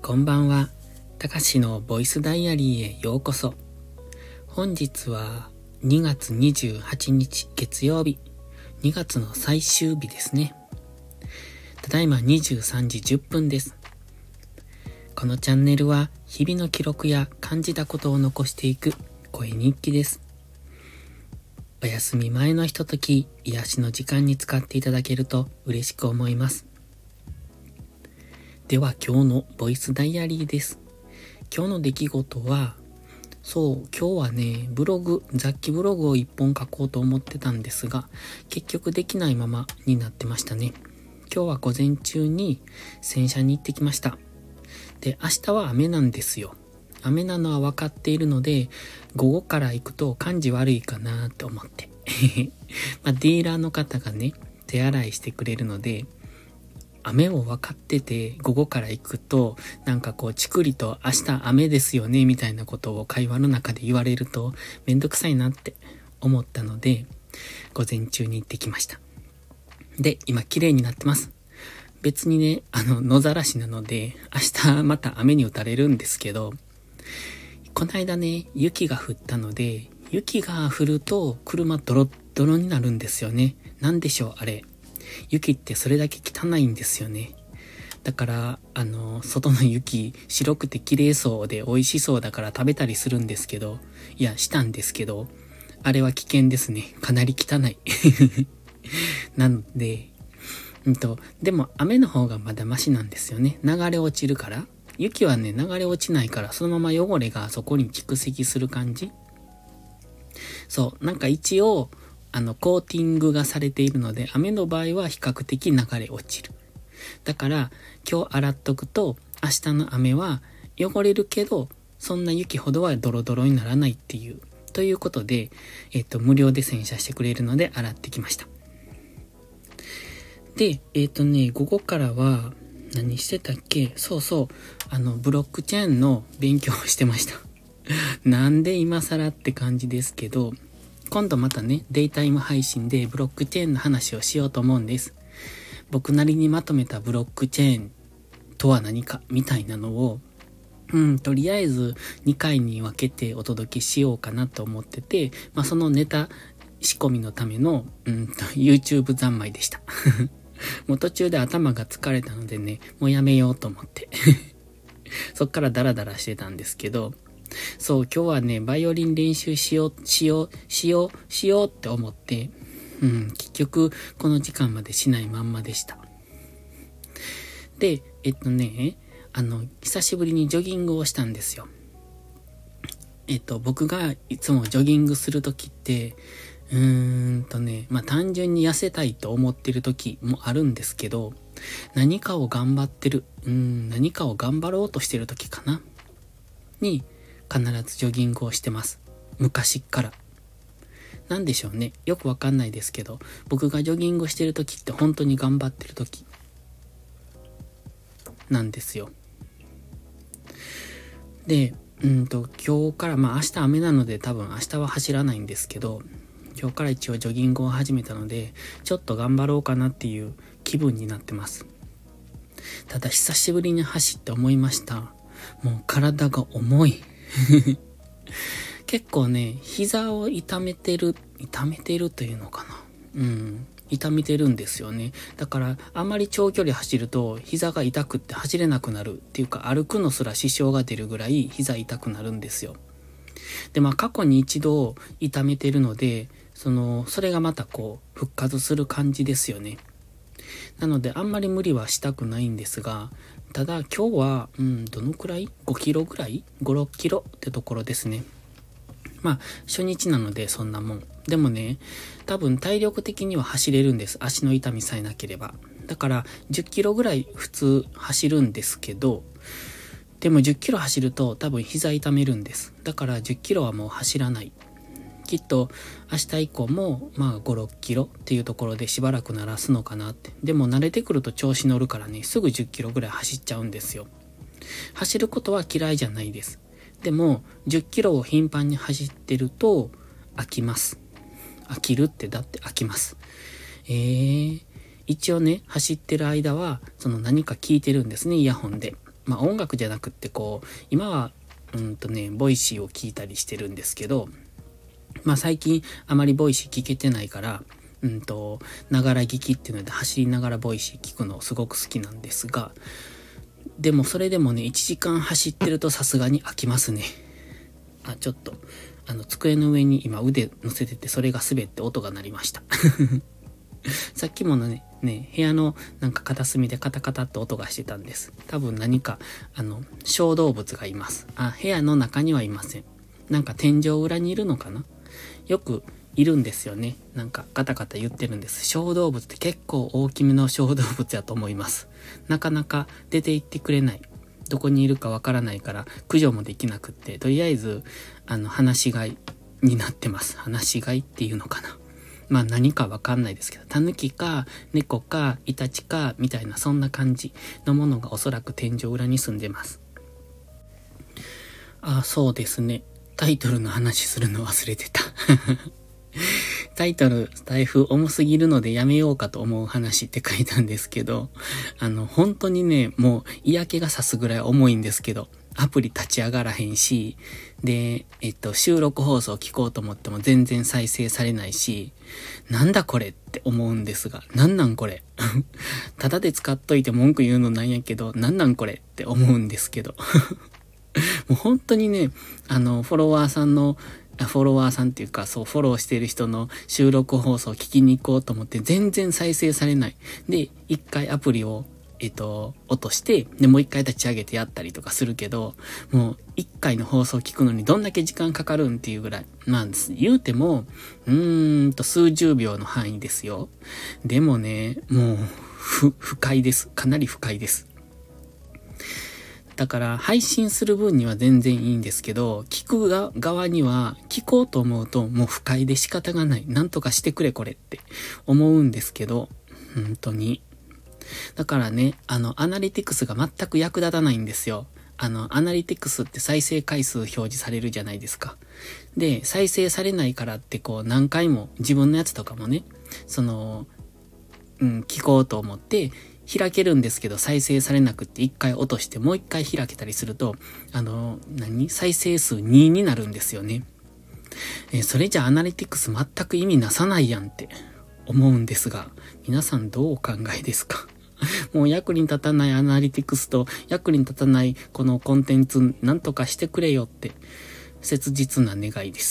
こんばんは。たかしのボイスダイアリーへようこそ。本日は2月28日月曜日。2月の最終日ですね。ただいま23時10分です。このチャンネルは日々の記録や感じたことを残していく声日記です。お休み前のひととき、癒しの時間に使っていただけると嬉しく思います。では今日のボイスダイアリーです。今日の出来事は、今日はね、雑記ブログを1本書こうと思ってたんですが、結局できないままになってましたね。今日は午前中に洗車に行ってきました。で、明日は雨なんですよ。雨なのは分かっているので、午後から行くと感じ悪いかなと思って。ディーラーの方がね、手洗いしてくれるので、雨を分かってて午後から行くとチクリと明日雨ですよねみたいなことを会話の中で言われるとめんどくさいなって思ったので午前中に行ってきました。で、今綺麗になってます。別にね、野ざらしなので明日また雨に打たれるんですけど、この間ね、雪が降ったので、雪が降ると車ドロッドロになるんですよね。なんでしょうあれ。雪ってそれだけ汚いんですよね。だから外の雪白くて綺麗そうで美味しそうだから食べたりするんですけど、したんですけど、あれは危険ですね。かなり汚いなのででも雨の方がまだマシなんですよね。流れ落ちるから。雪はね、流れ落ちないからそのまま汚れがそこに蓄積する感じ。一応コーティングがされているので、雨の場合は比較的流れ落ちる。だから今日洗っとくと明日の雨は汚れるけど、そんな雪ほどはドロドロにならないということで、無料で洗車してくれるので洗ってきました。で、午後からは何してたっけ？ブロックチェーンの勉強をしてました。なんで今更って感じですけど、今度またね、デイタイム配信でブロックチェーンの話をしようと思うんです。僕なりにまとめたブロックチェーンとは何かみたいなのを、とりあえず2回に分けてお届けしようかなと思ってて、そのネタ仕込みのための、YouTube 三昧でした。もう途中で頭が疲れたのでね、もうやめようと思って。そっからダラダラしてたんですけど、今日はね、バイオリン練習しようって思って、結局この時間までしないまんまでした。で、久しぶりにジョギングをしたんですよ。僕がいつもジョギングするときって、単純に痩せたいと思ってるときもあるんですけど、何かを頑張ろうとしてるときかなに、必ずジョギングをしてます。昔っから。なんでしょうね。よくわかんないですけど、僕がジョギングしてるときって本当に頑張ってるときなんですよ。で、今日から明日雨なので多分明日は走らないんですけど、今日から一応ジョギングを始めたので、ちょっと頑張ろうかなっていう気分になってます。ただ久しぶりに走って思いました。もう体が重い。結構ね、膝を痛めてるというのかな。痛めてるんですよね。だからあんまり長距離走ると膝が痛くって走れなくなるっていうか、歩くのすら支障が出るぐらい膝痛くなるんですよ。で、過去に一度痛めてるので、それがまた復活する感じですよね。なのであんまり無理はしたくないんですが、ただ今日は、どのくらい ?5 キロぐらい ?5、6キロってところですね。初日なのでそんなもん。でもね、多分体力的には走れるんです。足の痛みさえなければ。だから10キロぐらい普通走るんですけど、でも10キロ走ると多分膝痛めるんです。だから10キロはもう走らない。きっと明日以降も5、6キロっていうところでしばらく鳴らすのかなって。でも慣れてくると調子乗るからね、すぐ10キロぐらい走っちゃうんですよ。走ることは嫌いじゃないです。でも10キロを頻繁に走ってると飽きます。飽きるってだって飽きます。一応ね、走ってる間は何か聞いてるんですね、イヤホンで。 まあ音楽じゃなくって今は、ボイシーを聞いたりしてるんですけど、まあ最近あまりボイシー聞けてないから、ながら聞きっていうので走りながらボイシー聞くのすごく好きなんですが、でもそれでもね、1時間走ってるとさすがに飽きますね。ちょっと、机の上に今腕乗せてて、それが滑って音が鳴りました。さっきもね、部屋のなんか片隅でカタカタって音がしてたんです。多分何か、小動物がいます。部屋の中にはいません。なんか天井裏にいるのかな？よくいるんですよね。なんかガタガタ言ってるんです。小動物って結構大きめの小動物やと思います。なかなか出て行ってくれない。どこにいるかわからないから駆除もできなくって、とりあえず、放し飼いになってます。放し飼いっていうのかな。まあ何かわかんないですけど、タヌキか猫かイタチかみたいなそんな感じのものがおそらく天井裏に住んでます。そうですね。タイトルの話するの忘れてた。タイトル、スタイフ重すぎるのでやめようかと思う話って書いたんですけど、本当にね、もう嫌気がさすぐらい重いんですけど、アプリ立ち上がらへんし、で、収録放送聞こうと思っても全然再生されないし、なんだこれって思うんですが、なんこれただで使っといて文句言うのなんやけど、なんこれって思うんですけど。もう本当にね、フォロワーさんっていうか、そう、フォローしてる人の収録放送聞きに行こうと思って全然再生されない。で、一回アプリを、落として、で、もう一回立ち上げてやったりとかするけど、もう一回の放送聞くのにどんだけ時間かかるんっていうぐらい。まあ、言うても、数十秒の範囲ですよ。でもね、もう、不快です。かなり不快です。だから配信する分には全然いいんですけど、聞く側には聞こうと思うともう不快で仕方がない。なんとかしてくれこれって思うんですけど、本当に。だからね、アナリティクスが全く役立たないんですよ。アナリティクスって再生回数表示されるじゃないですか。で、再生されないからって何回も自分のやつとかもね、聞こうと思って開けるんですけど再生されなくって一回落としてもう一回開けたりすると、再生数2になるんですよね。それじゃアナリティクス全く意味なさないやんって思うんですが、皆さんどうお考えですか？もう役に立たないアナリティクスと役に立たないこのコンテンツなんとかしてくれよって切実な願いです。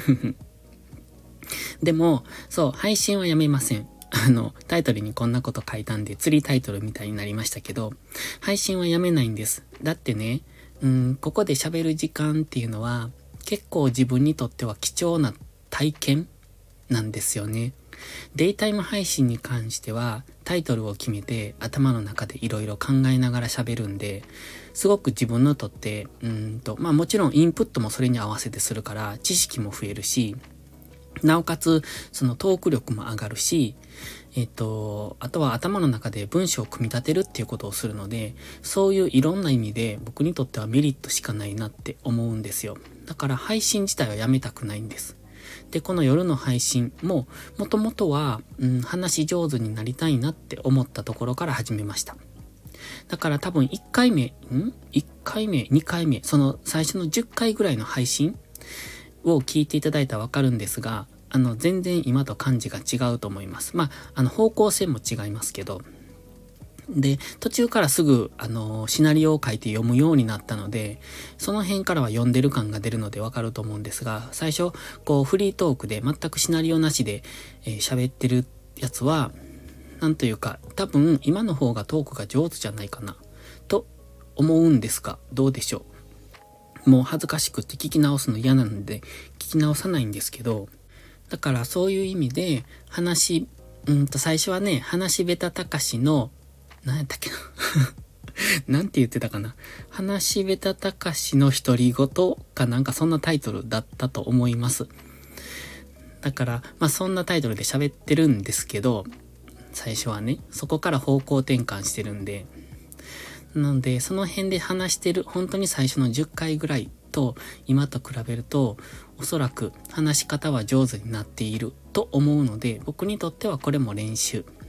でも、そう、配信はやめません。タイトルにこんなこと書いたんで釣りタイトルみたいになりましたけど、配信はやめないんです。だってね、ここで喋る時間っていうのは結構自分にとっては貴重な体験なんですよね。デイタイム配信に関してはタイトルを決めて頭の中でいろいろ考えながら喋るんで、すごく自分にとってまあもちろんインプットもそれに合わせてするから知識も増えるし、なおかつそのトーク力も上がるし、あとは頭の中で文章を組み立てるっていうことをするので、そういういろんな意味で僕にとってはメリットしかないなって思うんですよ。だから配信自体はやめたくないんです。で、この夜の配信ももともとは、話し上手になりたいなって思ったところから始めました。だから多分1回目、2回目、その最初の10回ぐらいの配信を聞いていただいたらわかるんですが、全然今と感じが違うと思います。まあ、方向性も違いますけど。で、途中からすぐ、シナリオを書いて読むようになったので、その辺からは読んでる感が出るのでわかると思うんですが、最初、フリートークで全くシナリオなしで喋ってるやつは、なんというか、多分今の方がトークが上手じゃないかな、と思うんですが、どうでしょう。もう恥ずかしくて聞き直すの嫌なので、聞き直さないんですけど、だからそういう意味で、最初はね、話べたたかしの、何やったっけななんて言ってたかな、話べたたかしの独り言かなんかそんなタイトルだったと思います。だから、まあそんなタイトルで喋ってるんですけど、最初はね、そこから方向転換してるんで、なので、その辺で話してる、本当に最初の10回ぐらいと今と比べると、おそらく話し方は上手になっていると思うので、僕にとってはこれも練習。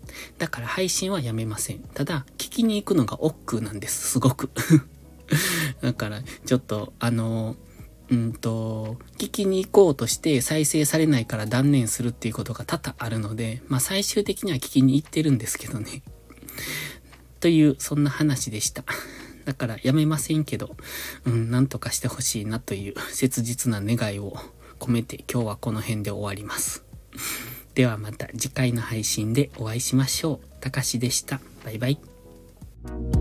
だから配信はやめません。ただ、聞きに行くのが億劫なんです、すごく。だから、ちょっと、聞きに行こうとして再生されないから断念するっていうことが多々あるので、まあ最終的には聞きに行ってるんですけどね。という、そんな話でした。だからやめませんけど、なんとかしてほしいなという切実な願いを込めて今日はこの辺で終わります。ではまた次回の配信でお会いしましょう。たかしでした。バイバイ。